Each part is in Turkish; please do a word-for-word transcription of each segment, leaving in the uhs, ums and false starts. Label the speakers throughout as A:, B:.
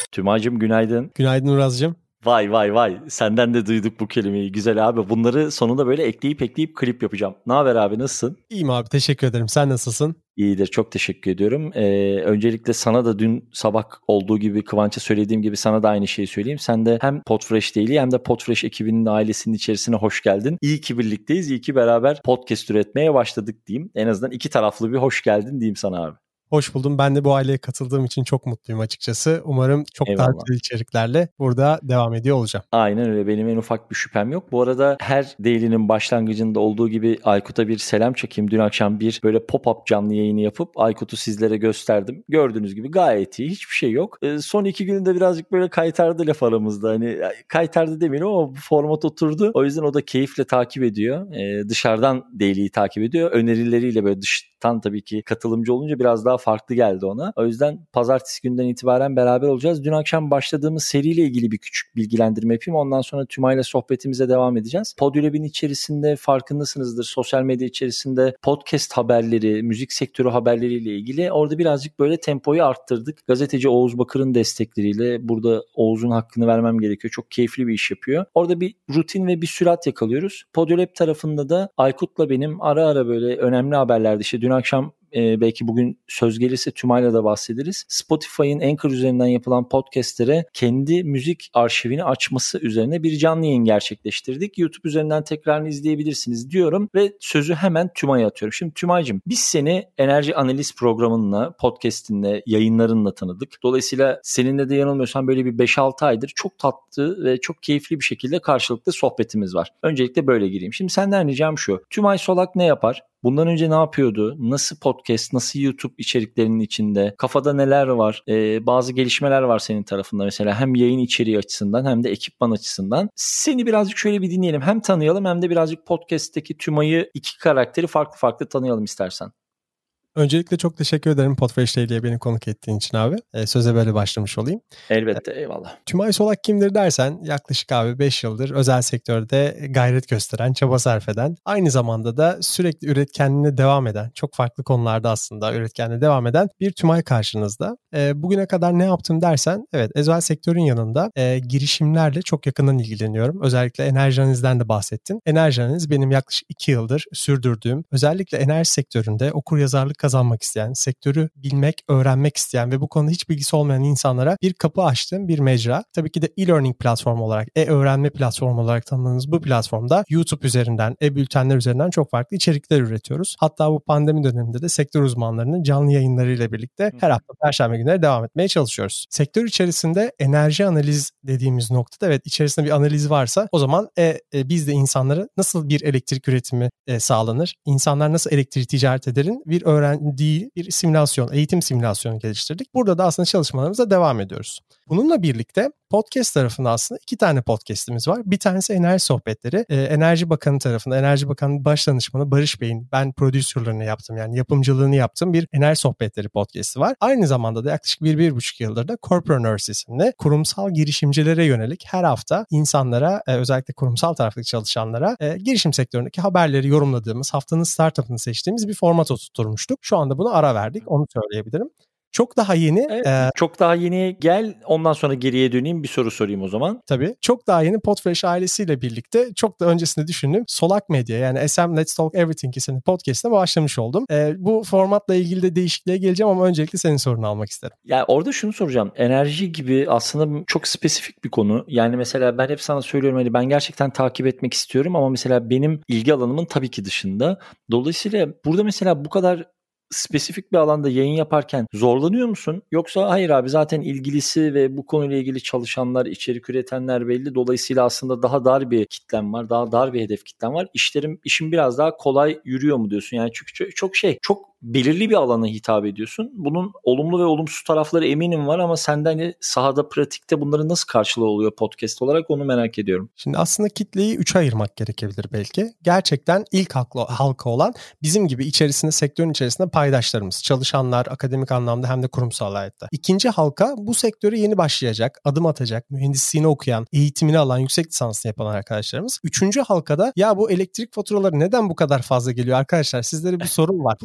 A: Tümay'cığım günaydın.
B: Günaydın Uraz'cığım.
A: Vay vay vay. Senden de duyduk bu kelimeyi. Güzel abi. Bunları sonunda böyle ekleyip ekleyip klip yapacağım. Ne haber abi, nasılsın?
B: İyiyim abi, teşekkür ederim. Sen nasılsın?
A: İyidir, çok teşekkür ediyorum. Ee, öncelikle sana da dün sabah olduğu gibi Kıvanç'a söylediğim gibi sana da aynı şeyi söyleyeyim. Sen de hem Podfresh Daily hem de Podfresh ekibinin ailesinin içerisine hoş geldin. İyi ki birlikteyiz. İyi ki beraber podcast üretmeye başladık diyeyim. En azından iki taraflı bir hoş geldin diyeyim sana abi.
B: Hoş buldum. Ben de bu aileye katıldığım için çok mutluyum açıkçası. Umarım çok
A: Eyvallah.
B: daha güzel içeriklerle burada devam ediyor olacağım.
A: Aynen öyle. Benim en ufak bir şüphem yok. Bu arada her Daily'nin başlangıcında olduğu gibi Aykut'a bir selam çekeyim. Dün akşam bir böyle pop-up canlı yayını yapıp Aykut'u sizlere gösterdim. Gördüğünüz gibi gayet iyi. Hiçbir şey yok. Ee, son iki günde birazcık böyle kaytardı laf aramızda. Hani kaytardı demeyelim ama bu format oturdu. O yüzden o da keyifle takip ediyor. Ee, dışarıdan Daily'yi takip ediyor. Önerileriyle böyle dıştan tabii ki katılımcı olunca biraz daha farklı geldi ona. O yüzden pazartesi günden itibaren beraber olacağız. Dün akşam başladığımız seriyle ilgili bir küçük bilgilendirme yapayım. Ondan sonra Tümay'la sohbetimize devam edeceğiz. Podülab'in içerisinde farkındasınızdır. Sosyal medya içerisinde podcast haberleri, müzik sektörü haberleriyle ilgili orada birazcık böyle tempoyu arttırdık. Gazeteci Oğuz Bakır'ın destekleriyle burada Oğuz'un hakkını vermem gerekiyor. Çok keyifli bir iş yapıyor. Orada bir rutin ve bir sürat yakalıyoruz. Podülab tarafında da Aykut'la benim ara ara böyle önemli haberlerde işte dün akşam Ee, belki bugün söz gelirse Tümay'la da bahsederiz. Spotify'ın Anchor üzerinden yapılan podcastlere kendi müzik arşivini açması üzerine bir canlı yayın gerçekleştirdik. YouTube üzerinden tekrarını izleyebilirsiniz diyorum ve sözü hemen Tümay'a atıyorum. Şimdi Tümay'cığım, biz seni enerji analiz programınla, podcastinle, yayınlarınla tanıdık. Dolayısıyla seninle de yanılmıyorsam böyle bir beş altı aydır çok tatlı ve çok keyifli bir şekilde karşılıklı sohbetimiz var. Öncelikle böyle gireyim. Şimdi senden ricam şu. Tümay Solak ne yapar? Bundan önce ne yapıyordu? Nasıl podcast, nasıl YouTube içeriklerinin içinde? Kafada neler var? Ee, bazı gelişmeler var senin tarafında mesela hem yayın içeriği açısından hem de ekipman açısından. Seni birazcık şöyle bir dinleyelim. Hem tanıyalım hem de birazcık podcast'teki Tümay'ı, iki karakteri farklı farklı tanıyalım istersen.
B: Öncelikle çok teşekkür ederim Podfresh Daily'ye beni konuk ettiğin için abi. E, söze böyle başlamış olayım.
A: Elbette, eyvallah.
B: Tümay Solak kimdir dersen yaklaşık abi beş yıldır özel sektörde gayret gösteren, çaba sarf eden, aynı zamanda da sürekli üretkenliğine devam eden, çok farklı konularda aslında üretkenliğine devam eden bir Tümay karşınızda. E, bugüne kadar ne yaptım dersen, evet özel sektörün yanında e, girişimlerle çok yakından ilgileniyorum. Özellikle enerji analizden de bahsettin. Enerji analiz benim yaklaşık iki yıldır sürdürdüğüm, özellikle enerji sektöründe okuryazarlık kazanmak isteyen, sektörü bilmek, öğrenmek isteyen ve bu konuda hiç bilgisi olmayan insanlara bir kapı açtığım bir mecra. Tabii ki de e-learning platformu olarak, e-öğrenme platformu olarak tanımladığımız bu platformda YouTube üzerinden, e-bültenler üzerinden çok farklı içerikler üretiyoruz. Hatta bu pandemi döneminde de sektör uzmanlarının canlı yayınlarıyla birlikte her hafta Perşembe günleri devam etmeye çalışıyoruz. Sektör içerisinde enerji analiz dediğimiz noktada evet içerisinde bir analiz varsa o zaman e, e, biz de insanlara nasıl bir elektrik üretimi e, sağlanır, insanlar nasıl elektriği ticaret ederin bir öğrendiği bir simülasyon, eğitim simülasyonu geliştirdik. Burada da aslında çalışmalarımıza devam ediyoruz. Bununla birlikte podcast tarafında aslında iki tane podcastimiz var. Bir tanesi Enerji Sohbetleri. Ee, Enerji Bakanı tarafında, Enerji Bakanı Başdanışmanı Barış Bey'in, ben prodüserlerini yaptım yani yapımcılığını yaptığım bir Enerji Sohbetleri podcast'i var. Aynı zamanda da yaklaşık bir, bir buçuk yıldır da Corpreneurs isimli kurumsal girişimcilere yönelik her hafta insanlara, e, özellikle kurumsal taraftaki çalışanlara e, girişim sektöründeki haberleri yorumladığımız, haftanın startup'ını seçtiğimiz bir format oturtmuştuk. Şu anda buna ara verdik, onu söyleyebilirim. Çok daha yeni.
A: Evet,
B: e,
A: çok daha yeni gel ondan sonra geriye döneyim bir soru sorayım o zaman.
B: Tabii. Çok daha yeni Podfresh ailesiyle birlikte çok da öncesinde düşündüğüm Solak Medya yani S M Let's Talk Everything isimli podcast'ına başlamış oldum. E, bu formatla ilgili de değişikliğe geleceğim ama öncelikle senin sorunu almak isterim.
A: Ya orada şunu soracağım. Enerji gibi aslında çok spesifik bir konu. Yani mesela ben hep sana söylüyorum hani ben gerçekten takip etmek istiyorum ama mesela benim ilgi alanımın tabii ki dışında. Dolayısıyla burada mesela bu kadar spesifik bir alanda yayın yaparken zorlanıyor musun? Yoksa hayır abi zaten ilgilisi ve bu konuyla ilgili çalışanlar, içerik üretenler belli. Dolayısıyla aslında daha dar bir kitlem var. Daha dar bir hedef kitlem var. İşlerim, işim biraz daha kolay yürüyor mu diyorsun? Yani çünkü çok şey, çok belirli bir alana hitap ediyorsun. Bunun olumlu ve olumsuz tarafları eminim var ama senden de sahada, pratikte bunların nasıl karşılığı oluyor podcast olarak onu merak ediyorum.
B: Şimdi aslında kitleyi üçe ayırmak gerekebilir belki. Gerçekten ilk halka olan bizim gibi içerisinde, sektörün içerisinde paydaşlarımız, çalışanlar akademik anlamda hem de kurumsal hayatta. İkinci halka bu sektöre yeni başlayacak, adım atacak, mühendisliğini okuyan, eğitimini alan, yüksek lisansını yapan arkadaşlarımız. Üçüncü halkada ya bu elektrik faturaları neden bu kadar fazla geliyor arkadaşlar? Sizlere bir sorun var. Bunu bir cevap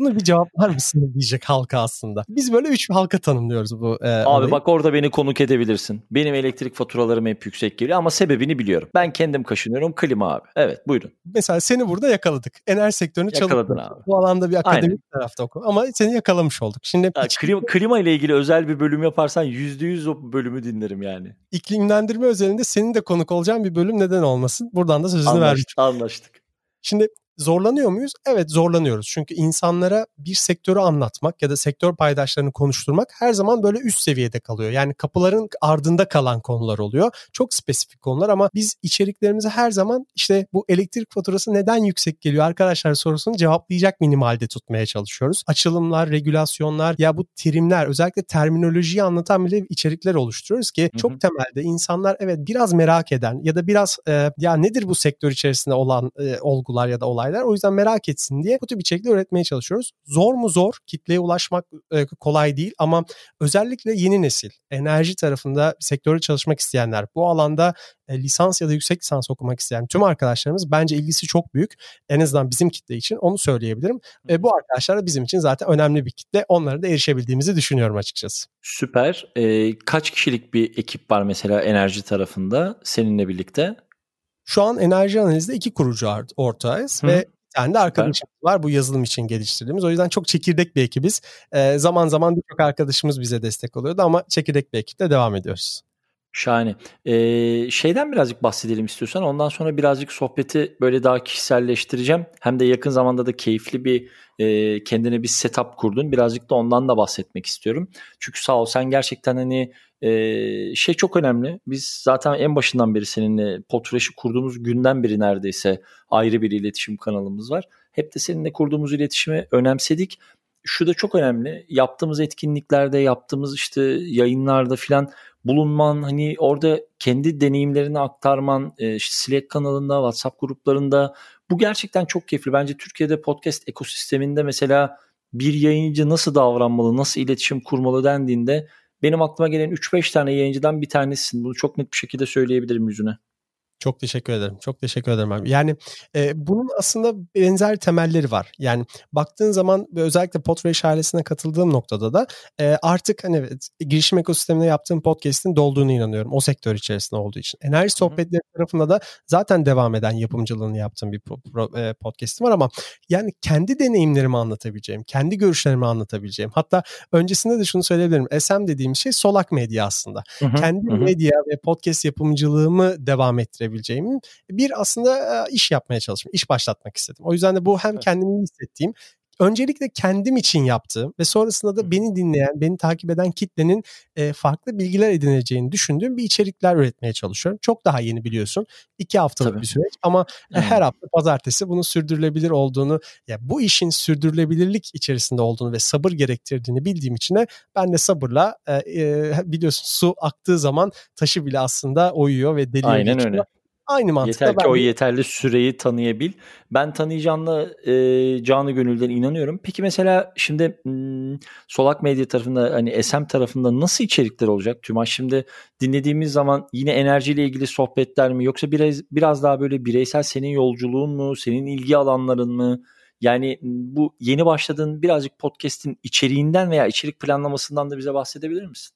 B: cevaplar mısın diyecek halka aslında. Biz böyle üç halka tanımlıyoruz bu e,
A: Abi
B: olayı.
A: bak orada beni konuk edebilirsin. Benim elektrik faturalarım hep yüksek geliyor ama sebebini biliyorum. Ben kendim kaşınıyorum, klima abi. Evet buyurun.
B: Mesela seni burada yakaladık. Enerji sektörünü
A: Yakaladın
B: çalışıyorsun.
A: abi.
B: Bu alanda bir akademik
A: Aynen.
B: tarafta oku. Ama seni yakalamış olduk. Şimdi
A: Ya,
B: iç-
A: klima, klima ile ilgili özel bir bölüm yaparsan yüzde yüz o bölümü dinlerim yani.
B: iklimlendirme özelinde senin de konuk olacağın bir bölüm neden olmasın? Buradan da sözünü vermiş.
A: Anlaştık. Anlaştık.
B: Şimdi zorlanıyor muyuz? Evet zorlanıyoruz. Çünkü insanlara bir sektörü anlatmak ya da sektör paydaşlarını konuşturmak her zaman böyle üst seviyede kalıyor. Yani kapıların ardında kalan konular oluyor. Çok spesifik konular ama biz içeriklerimizi her zaman işte bu elektrik faturası neden yüksek geliyor arkadaşlar sorusunu cevaplayacak minimalde tutmaya çalışıyoruz. Açılımlar, regülasyonlar ya bu terimler özellikle terminolojiyi anlatan bile içerikler oluşturuyoruz ki çok Hı-hı. temelde insanlar evet biraz merak eden ya da biraz e, ya nedir bu sektör içerisinde olan e, olgular ya da olaylar. O yüzden merak etsin diye bu tip içerikler üretmeye çalışıyoruz. Zor mu zor? Kitleye ulaşmak e, kolay değil ama özellikle yeni nesil, enerji tarafında sektörde çalışmak isteyenler, bu alanda e, lisans ya da yüksek lisans okumak isteyen tüm arkadaşlarımız bence ilgisi çok büyük. En azından bizim kitle için onu söyleyebilirim. E, bu arkadaşlar da bizim için zaten önemli bir kitle. Onlara da erişebildiğimizi düşünüyorum açıkçası.
A: Süper. E, kaç kişilik bir ekip var mesela enerji tarafında seninle birlikte?
B: Şu an enerji analizde iki kurucu ortağıyız Hı. ve bir tane de arkadaşımız var bu yazılım için geliştirdiğimiz. O yüzden çok çekirdek bir ekibiz. Ee, zaman zaman birçok arkadaşımız bize destek oluyordu ama çekirdek bir ekiple devam ediyoruz.
A: Şahane. Ee, şeyden birazcık bahsedelim istiyorsan. Ondan sonra birazcık sohbeti böyle daha kişiselleştireceğim. Hem de yakın zamanda da keyifli bir e, kendine bir setup kurdun. Birazcık da ondan da bahsetmek istiyorum. Çünkü sağ ol sen gerçekten hani e, şey çok önemli. Biz zaten en başından beri seninle Podfresh'i kurduğumuz günden beri neredeyse ayrı bir iletişim kanalımız var. Hep de seninle kurduğumuz iletişimi önemsedik. Şu da çok önemli. Yaptığımız etkinliklerde, yaptığımız işte yayınlarda filan bulunman, hani orada kendi deneyimlerini aktarman, işte Slack kanalında, WhatsApp gruplarında bu gerçekten çok keyifli. Bence Türkiye'de podcast ekosisteminde mesela bir yayıncı nasıl davranmalı, nasıl iletişim kurmalı dendiğinde benim aklıma gelen üç beş tane yayıncıdan bir tanesisin. Bunu çok net bir şekilde söyleyebilirim yüzüne.
B: Çok teşekkür ederim. Çok teşekkür ederim abi. Yani e, bunun aslında benzer temelleri var. Yani baktığın zaman özellikle Podfresh ailesine katıldığım noktada da e, artık hani girişim ekosistemine yaptığım podcast'in dolduğunu inanıyorum. O sektör içerisinde olduğu için. Enerji sohbetleri Hı-hı. tarafında da zaten devam eden yapımcılığını yaptığım bir pro, e, podcast'im var ama yani kendi deneyimlerimi anlatabileceğim, kendi görüşlerimi anlatabileceğim. Hatta öncesinde de şunu söyleyebilirim. S M dediğim şey solak medya aslında. Hı-hı. Kendi Hı-hı. medya ve podcast yapımcılığımı devam ettirebileceğim bir aslında iş yapmaya çalıştım. İş başlatmak istedim. O yüzden de bu hem kendimi hissettiğim, öncelikle kendim için yaptığım ve sonrasında da beni dinleyen, beni takip eden kitlenin farklı bilgiler edineceğini düşündüğüm bir içerikler üretmeye çalışıyorum. Çok daha yeni biliyorsun. İki haftalık Tabii. bir süreç ama hmm. her hafta pazartesi bunun sürdürülebilir olduğunu, ya bu işin sürdürülebilirlik içerisinde olduğunu ve sabır gerektirdiğini bildiğim için de ben de sabırla biliyorsun su aktığı zaman taşı bile aslında oyuyor ve deliğe
A: Aynen
B: geçiyor.
A: öyle.
B: Aynı mantıkla
A: Yeter ki
B: ben
A: o
B: de...
A: yeterli süreyi tanıyabil. Ben tanıyacağına e, canı gönülden inanıyorum. Peki mesela şimdi m, Solak Medya tarafında hani S M tarafında nasıl içerikler olacak? Tümaş şimdi dinlediğimiz zaman yine enerjiyle ilgili sohbetler mi yoksa biraz biraz daha böyle bireysel senin yolculuğun mu, senin ilgi alanların mı? Yani bu yeni başladığın birazcık podcast'in içeriğinden veya içerik planlamasından da bize bahsedebilir misin?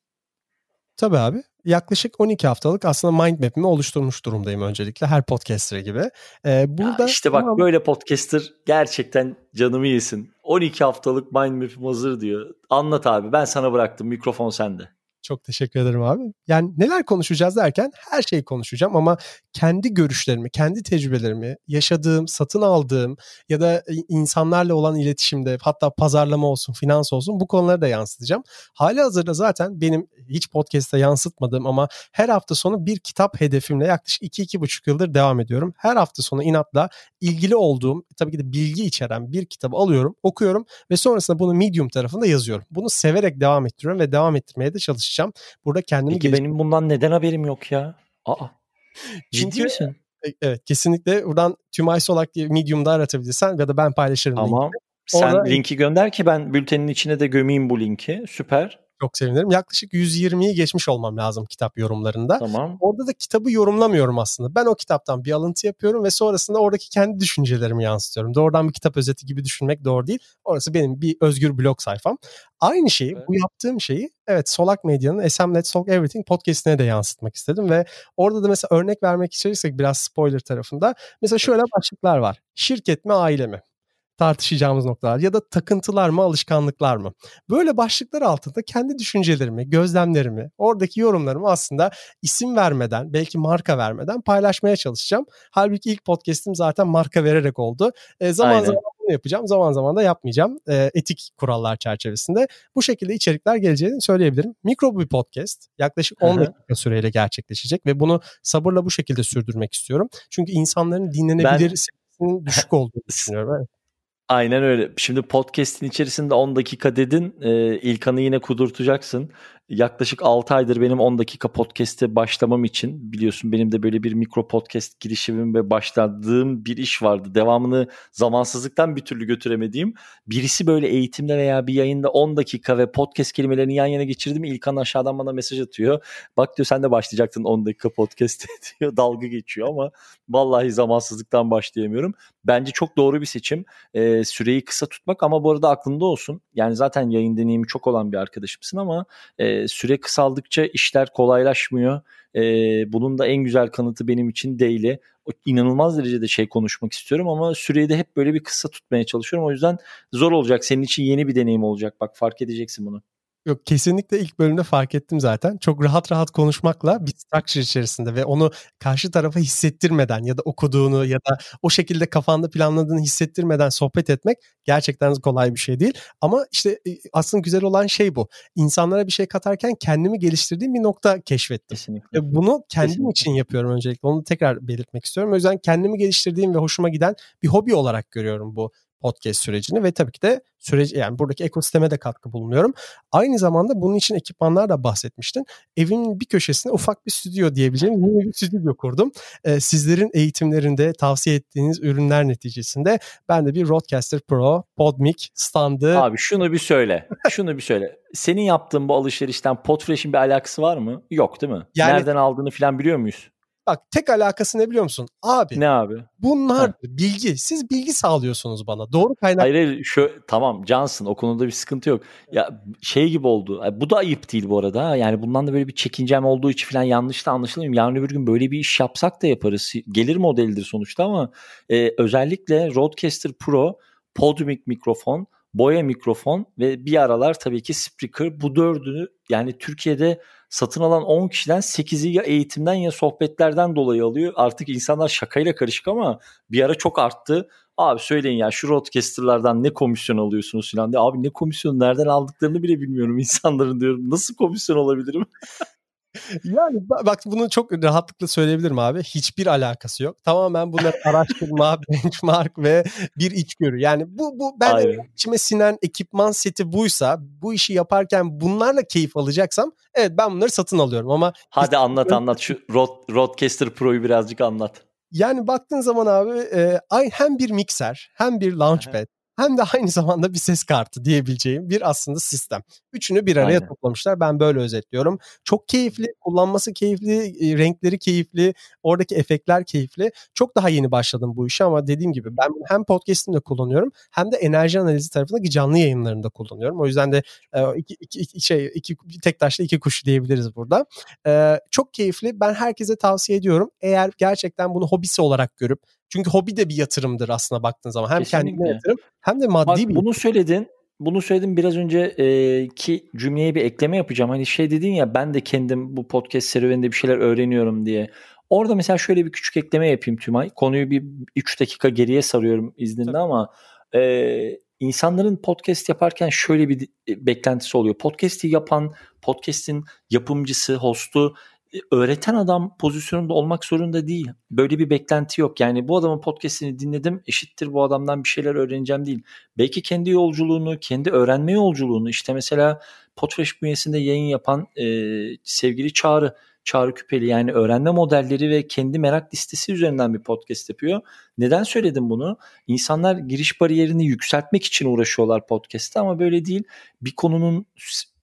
B: Tabii abi. Yaklaşık on iki haftalık aslında mind map'imi oluşturmuş durumdayım öncelikle her podcaster gibi. Ee, burada
A: ya işte bak
B: tamam.
A: Böyle podcaster gerçekten canımı yesin. on iki haftalık mind map'im hazır diyor. Anlat abi, ben sana bıraktım, mikrofon sende.
B: Çok teşekkür ederim abi. Yani neler konuşacağız derken her şeyi konuşacağım ama kendi görüşlerimi, kendi tecrübelerimi, yaşadığım, satın aldığım ya da insanlarla olan iletişimde, hatta pazarlama olsun, finans olsun, bu konuları da yansıtacağım. Halihazırda zaten benim hiç podcast'ta yansıtmadığım ama her hafta sonu bir kitap hedefimle yaklaşık iki iki buçuk yıldır devam ediyorum. Her hafta sonu inatla ilgili olduğum, tabii ki de bilgi içeren bir kitabı alıyorum, okuyorum ve sonrasında bunu Medium tarafında yazıyorum. Bunu severek devam ettiriyorum ve devam ettirmeye de çalışacağım. Burada kendimi
A: Peki geliş- benim bundan neden haberim yok ya? Aa. Ciddi
B: Çünkü,
A: misin?
B: Evet, kesinlikle. Buradan Tümay Solak diye Medium'da aratabilirsen ya da ben paylaşırım.
A: Tamam. Linkini. Sen Orada... linki gönder ki ben bültenin içine de gömeyim bu linki. Süper.
B: Çok sevinirim. Yaklaşık yüz yirmiyi geçmiş olmam lazım kitap yorumlarında.
A: Tamam.
B: Orada da kitabı yorumlamıyorum aslında. Ben o kitaptan bir alıntı yapıyorum ve sonrasında oradaki kendi düşüncelerimi yansıtıyorum. Doğrudan bir kitap özeti gibi düşünmek doğru değil. Orası benim bir özgür blog sayfam. Aynı şeyi, evet. bu yaptığım şeyi evet Solak Medya'nın S M Let's Talk Everything podcast'ine de yansıtmak istedim ve orada da mesela örnek vermek istersek biraz spoiler tarafında mesela şöyle evet. başlıklar var. Şirket mi, aile mi? Tartışacağımız noktalar ya da takıntılar mı, alışkanlıklar mı? Böyle başlıklar altında kendi düşüncelerimi, gözlemlerimi, oradaki yorumlarımı aslında isim vermeden, belki marka vermeden paylaşmaya çalışacağım. Halbuki ilk podcast'im zaten marka vererek oldu. E, zaman Aynen. zaman bunu yapacağım, zaman zaman da yapmayacağım. E, etik kurallar çerçevesinde. Bu şekilde içerikler geleceğini söyleyebilirim. Mikro bir podcast. Yaklaşık on dakika süreyle gerçekleşecek ve bunu sabırla bu şekilde sürdürmek istiyorum. Çünkü insanların dinlenebilir seviyesinin düşük olduğunu düşünüyorum. Evet.
A: Aynen öyle. Şimdi podcast'in içerisinde on dakika dedin. E, İlkan'ı yine kudurtacaksın. Yaklaşık altı aydır benim on dakika podcast'e başlamam için biliyorsun benim de böyle bir mikro podcast girişimim ve başladığım bir iş vardı. Devamını zamansızlıktan bir türlü götüremediğim. Birisi böyle eğitimde veya bir yayında on dakika ve podcast kelimelerini yan yana geçirdim. İlkan aşağıdan bana mesaj atıyor. Bak diyor sen de başlayacaktın on dakika podcast'e diyor. Dalga geçiyor ama vallahi zamansızlıktan başlayamıyorum. Bence çok doğru bir seçim. Ee, süreyi kısa tutmak ama bu arada aklında olsun. Yani zaten yayın deneyimi çok olan bir arkadaşımsın ama e, süre kısaldıkça işler kolaylaşmıyor. E, bunun da en güzel kanıtı benim için Daily. O inanılmaz derecede şey konuşmak istiyorum ama süreyi de hep böyle bir kısa tutmaya çalışıyorum. O yüzden zor olacak. Senin için yeni bir deneyim olacak. Bak fark edeceksin bunu.
B: Yok kesinlikle ilk bölümde fark ettim zaten. Çok rahat rahat konuşmakla bir structure içerisinde ve onu karşı tarafa hissettirmeden ya da okuduğunu ya da o şekilde kafanda planladığını hissettirmeden sohbet etmek gerçekten kolay bir şey değil. Ama işte aslında güzel olan şey bu. İnsanlara bir şey katarken kendimi geliştirdiğim bir nokta keşfettim.
A: Kesinlikle.
B: Ve bunu kendim
A: Kesinlikle.
B: için yapıyorum öncelikle. Onu tekrar belirtmek istiyorum. O yüzden kendimi geliştirdiğim ve hoşuma giden bir hobi olarak görüyorum bu podcast sürecini ve tabii ki de süreci yani buradaki ekosisteme de katkı bulunuyorum. Aynı zamanda bunun için ekipmanlar da bahsetmiştin. Evimin bir köşesine ufak bir stüdyo diyebileceğim yeni bir stüdyo kurdum. Ee, sizlerin eğitimlerinde tavsiye ettiğiniz ürünler neticesinde ben de bir Rodecaster Pro, PodMic standı...
A: Abi şunu bir söyle. Şunu bir söyle. Senin yaptığın bu alışverişten Podfresh'in bir alakası var mı? Yok değil mi? Yani, nereden aldığını falan biliyor muyuz?
B: Bak tek alakası ne biliyor musun? Abi.
A: Ne abi?
B: Bunlar bilgi. Siz bilgi sağlıyorsunuz bana. Doğru kaynak.
A: Hayır hayır şu tamam cansın o konuda bir sıkıntı yok. Ya şey gibi oldu. Bu da ayıp değil bu arada. Yani bundan da böyle bir çekincem olduğu için falan yanlış da anlaşılmıyor. Yarın öbür gün böyle bir iş yapsak da yaparız. Gelir modelidir sonuçta ama e, özellikle Rodecaster Pro, PodMic mikrofon, Boya mikrofon ve bir aralar tabii ki Spreaker bu dördünü yani Türkiye'de satın alan on kişiden sekizi ya eğitimden ya sohbetlerden dolayı alıyor. Artık insanlar şakayla karışık ama bir ara çok arttı. Abi söyleyin ya şu Rodecaster'lardan ne komisyon alıyorsunuz falan diye. Abi ne komisyon nereden aldıklarını bile bilmiyorum insanların diyorum. Nasıl komisyon olabilirim?
B: Yani bak bunu çok rahatlıkla söyleyebilirim abi. Hiçbir alakası yok. Tamamen bunlar araştırma, benchmark ve bir içgörü. Yani bu bu ben de içime sinen ekipman seti buysa, bu işi yaparken bunlarla keyif alacaksam evet ben bunları satın alıyorum ama
A: hadi anlat anlat şu Rode, Rodecaster Pro'yu birazcık anlat.
B: Yani baktığın zaman abi e, hem bir mikser, hem bir launchpad, hem de aynı zamanda bir ses kartı diyebileceğim bir aslında sistem. Üçünü bir araya Aynen. toplamışlar. Ben böyle özetliyorum. Çok keyifli, kullanması keyifli, renkleri keyifli, oradaki efektler keyifli. Çok daha yeni başladım bu işe ama dediğim gibi ben hem podcast'imde kullanıyorum hem de enerji analizi tarafındaki canlı yayınlarında kullanıyorum. O yüzden de iki, iki, iki, şey, iki, tek taşla iki kuş diyebiliriz burada. Çok keyifli. Ben herkese tavsiye ediyorum. Eğer gerçekten bunu hobisi olarak görüp çünkü hobi de bir yatırımdır aslında baktığın zaman. Hem Kesinlikle. kendine yatırım hem de maddi
A: Bak,
B: bir
A: bunu
B: yatırım.
A: söyledin. Bunu söyledim biraz önce e, ki cümleye bir ekleme yapacağım. Hani şey dedin ya ben de kendim bu podcast serüveninde bir şeyler öğreniyorum diye. Orada mesela şöyle bir küçük ekleme yapayım Tümay. Konuyu bir üç dakika geriye sarıyorum izninle Tabii. ama e, insanların podcast yaparken şöyle bir beklentisi oluyor. Podcast'i yapan, podcast'in yapımcısı, hostu öğreten adam pozisyonunda olmak zorunda değil. Böyle bir beklenti yok. Yani bu adamın podcast'ini dinledim eşittir bu adamdan bir şeyler öğreneceğim değil. Belki kendi yolculuğunu, kendi öğrenme yolculuğunu işte mesela Podfresh bünyesinde yayın yapan e, sevgili Çağrı, Çağrı Küpeli yani öğrenme modelleri ve kendi merak listesi üzerinden bir podcast yapıyor. Neden söyledim bunu? İnsanlar giriş bariyerini yükseltmek için uğraşıyorlar podcast'te ama böyle değil. Bir konunun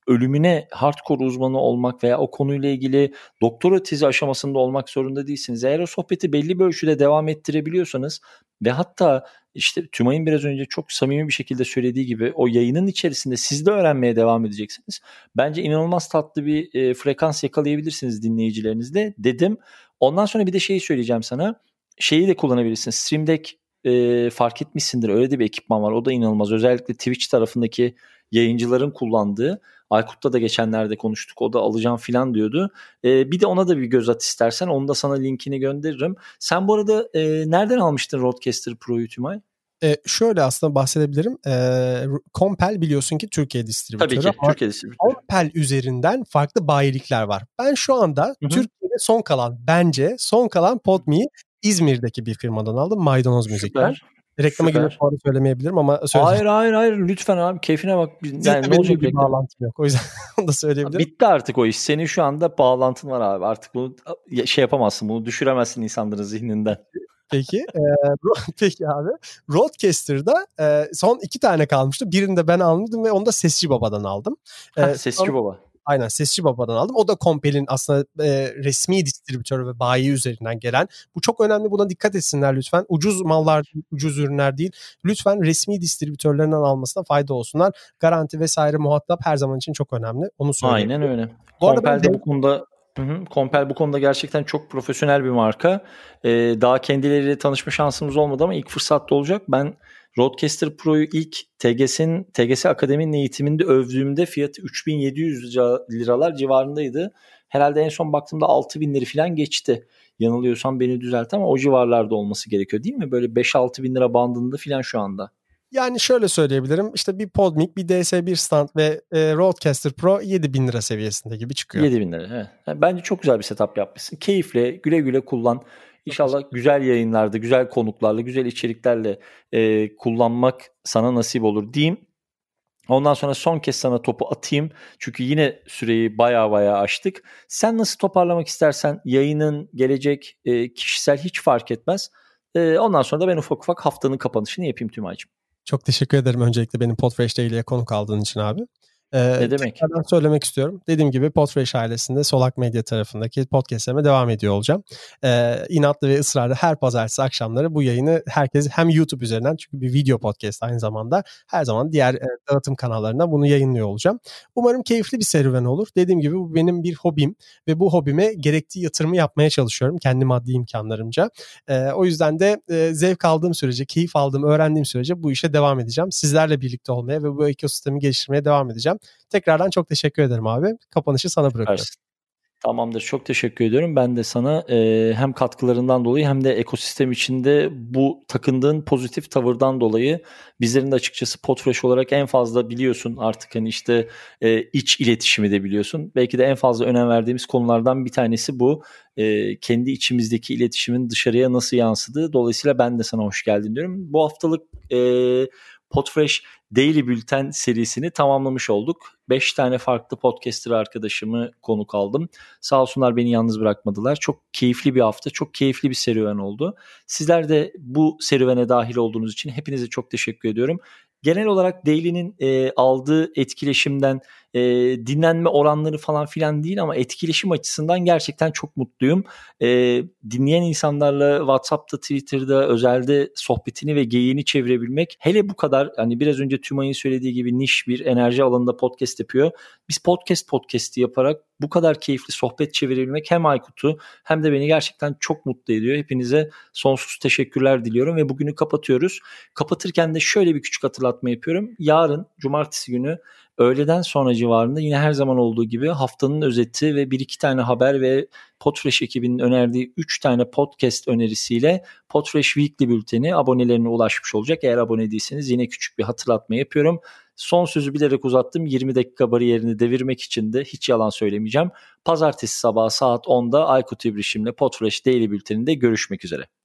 A: ölümüne hardcore uzmanı olmak veya o konuyla ilgili doktora tezi aşamasında olmak zorunda değilsiniz. Eğer o sohbeti belli bir ölçüde devam ettirebiliyorsanız ve hatta işte Tümay'ın biraz önce çok samimi bir şekilde söylediği gibi o yayının içerisinde siz de öğrenmeye devam edeceksiniz. Bence inanılmaz tatlı bir e, frekans yakalayabilirsiniz dinleyicilerinizle dedim. Ondan sonra bir de şeyi söyleyeceğim sana. Şeyi de kullanabilirsin. Stream Deck e, fark etmişsindir. Öyle de bir ekipman var. O da inanılmaz. Özellikle Twitch tarafındaki yayıncıların kullandığı. Aykut'la da geçenlerde konuştuk. O da alacağım falan diyordu. E, bir de ona da bir göz at istersen. Onu da sana linkini gönderirim. Sen bu arada e, nereden almıştın Rodecaster Pro'yu Tümay?
B: E, şöyle aslında bahsedebilirim. E, Compal biliyorsun ki Türkiye distribütörü.
A: Tabii ki Türkiye distribütörü.
B: Compal üzerinden farklı bayilikler var. Ben şu anda Hı-hı. Türkiye'de son kalan, bence son kalan PodMe'yi İzmir'deki bir firmadan aldım. Maydanoz Müzik'ten. Reklama girip sonra söylemeyebilirim ama söyleyeyim.
A: Hayır hayır hayır lütfen abi keyfine bak. Yani
B: ne olacak bir bağlantım yok. O yüzden onu da söyleyebilirim.
A: Bitti artık o iş. Senin şu anda bağlantın var abi. Artık bunu şey yapamazsın. Bunu düşüremezsin insanların zihninden.
B: Peki. E, peki abi. Rodecaster'da e, son iki tane kalmıştı. Birini de ben almıştım ve onu da Sesçi Baba'dan aldım.
A: E, Sesçi sonra, Baba.
B: Aynen Sesçi Baba'dan aldım. O da Compal'in aslında e, resmi distribütörü ve bayi üzerinden gelen. Bu çok önemli. Buna dikkat etsinler lütfen. Ucuz mallar, ucuz ürünler değil. Lütfen resmi distribütörlerinden almasına fayda olsunlar. Garanti vesaire muhatap her zaman için çok önemli. Onu söyleyeyim.
A: Aynen öyle. Compal de bu konuda Hı hı. Compal bu konuda gerçekten çok profesyonel bir marka. Ee, daha kendileriyle tanışma şansımız olmadı ama ilk fırsatta olacak. Ben Rodecaster Pro'yu ilk T G S'in T G S Akademi'nin eğitiminde övdüğümde fiyatı üç bin yedi yüz liralar civarındaydı. Herhalde en son baktığımda altı bin lira falan geçti. Yanılıyorsam beni düzelt ama o civarlarda olması gerekiyor değil mi? Böyle beş altı bin lira bandında falan şu anda.
B: Yani şöyle söyleyebilirim. İşte bir PodMic, bir D S bir stand ve e, Rodecaster Pro yedi bin lira seviyesinde gibi çıkıyor.
A: yedi bin lira. Evet. Yani bence çok güzel bir setup yapmışsın. Keyifle, güle güle kullan. İnşallah güzel yayınlarda, güzel konuklarla, güzel içeriklerle e, kullanmak sana nasip olur diyeyim. Ondan sonra son kez sana topu atayım. Çünkü yine süreyi baya baya aştık. Sen nasıl toparlamak istersen yayının gelecek e, kişisel hiç fark etmez. E, ondan sonra da ben ufak ufak haftanın kapanışını yapayım Tümay'cığım.
B: Çok teşekkür ederim öncelikle benim Podfresh Daily'ye konuk aldığın için abi. Ee,
A: ne demek?
B: Tekrardan söylemek istiyorum. Dediğim gibi Podfresh ailesinde Solak Medya tarafındaki podcastlerime devam ediyor olacağım. Ee, inatlı ve ısrarlı her pazartesi akşamları bu yayını herkes hem YouTube üzerinden çünkü bir video podcast aynı zamanda her zaman diğer e, dağıtım kanallarında bunu yayınlıyor olacağım. Umarım keyifli bir serüven olur. Dediğim gibi bu benim bir hobim ve bu hobime gerektiği yatırımı yapmaya çalışıyorum kendi maddi imkanlarımca. Ee, o yüzden de e, zevk aldığım sürece, keyif aldığım, öğrendiğim sürece bu işe devam edeceğim. Sizlerle birlikte olmaya ve bu ekosistemi geliştirmeye devam edeceğim. Tekrardan çok teşekkür ederim abi. Kapanışı sana bırakıyorum.
A: Tamamdır. Çok teşekkür ediyorum. Ben de sana e, hem katkılarından dolayı hem de ekosistem içinde bu takındığın pozitif tavırdan dolayı bizlerin de açıkçası Podfresh olarak en fazla biliyorsun artık hani işte e, iç iletişimi de biliyorsun. Belki de en fazla önem verdiğimiz konulardan bir tanesi bu. E, kendi içimizdeki iletişimin dışarıya nasıl yansıdığı. Dolayısıyla ben de sana hoş geldin diyorum. Bu haftalık e, Podfresh Daily Bülten serisini tamamlamış olduk. beş tane farklı podcaster arkadaşımı konuk aldım. Sağ olsunlar beni yalnız bırakmadılar. Çok keyifli bir hafta, çok keyifli bir serüven oldu. Sizler de bu serüvene dahil olduğunuz için hepinize çok teşekkür ediyorum. Genel olarak Daily'nin e, aldığı etkileşimden e, dinlenme oranları falan filan değil ama etkileşim açısından gerçekten çok mutluyum. E, dinleyen insanlarla WhatsApp'ta, Twitter'da özelde sohbetini ve geyiğini çevirebilmek hele bu kadar hani biraz önce Tümay'ın söylediği gibi niş bir enerji alanında podcast yapıyor. Biz podcast podcast'i yaparak bu kadar keyifli sohbet çevirebilmek hem Aykut'u hem de beni gerçekten çok mutlu ediyor. Hepinize sonsuz teşekkürler diliyorum ve bugünü kapatıyoruz. Kapatırken de şöyle bir küçük hatırlatma yapıyorum. Yarın cumartesi günü öğleden sonra civarında yine her zaman olduğu gibi haftanın özeti ve bir iki tane haber ve Podfresh ekibinin önerdiği üç tane podcast önerisiyle Podfresh Weekly bülteni abonelerine ulaşmış olacak. Eğer abone değilseniz yine küçük bir hatırlatma yapıyorum. Son sözü bilerek uzattım. yirmi dakika bariyerini devirmek için de hiç yalan söylemeyeceğim. Pazartesi sabahı saat onda Aykut İbrişim'le Podfresh Daily Bülteni'nde görüşmek üzere.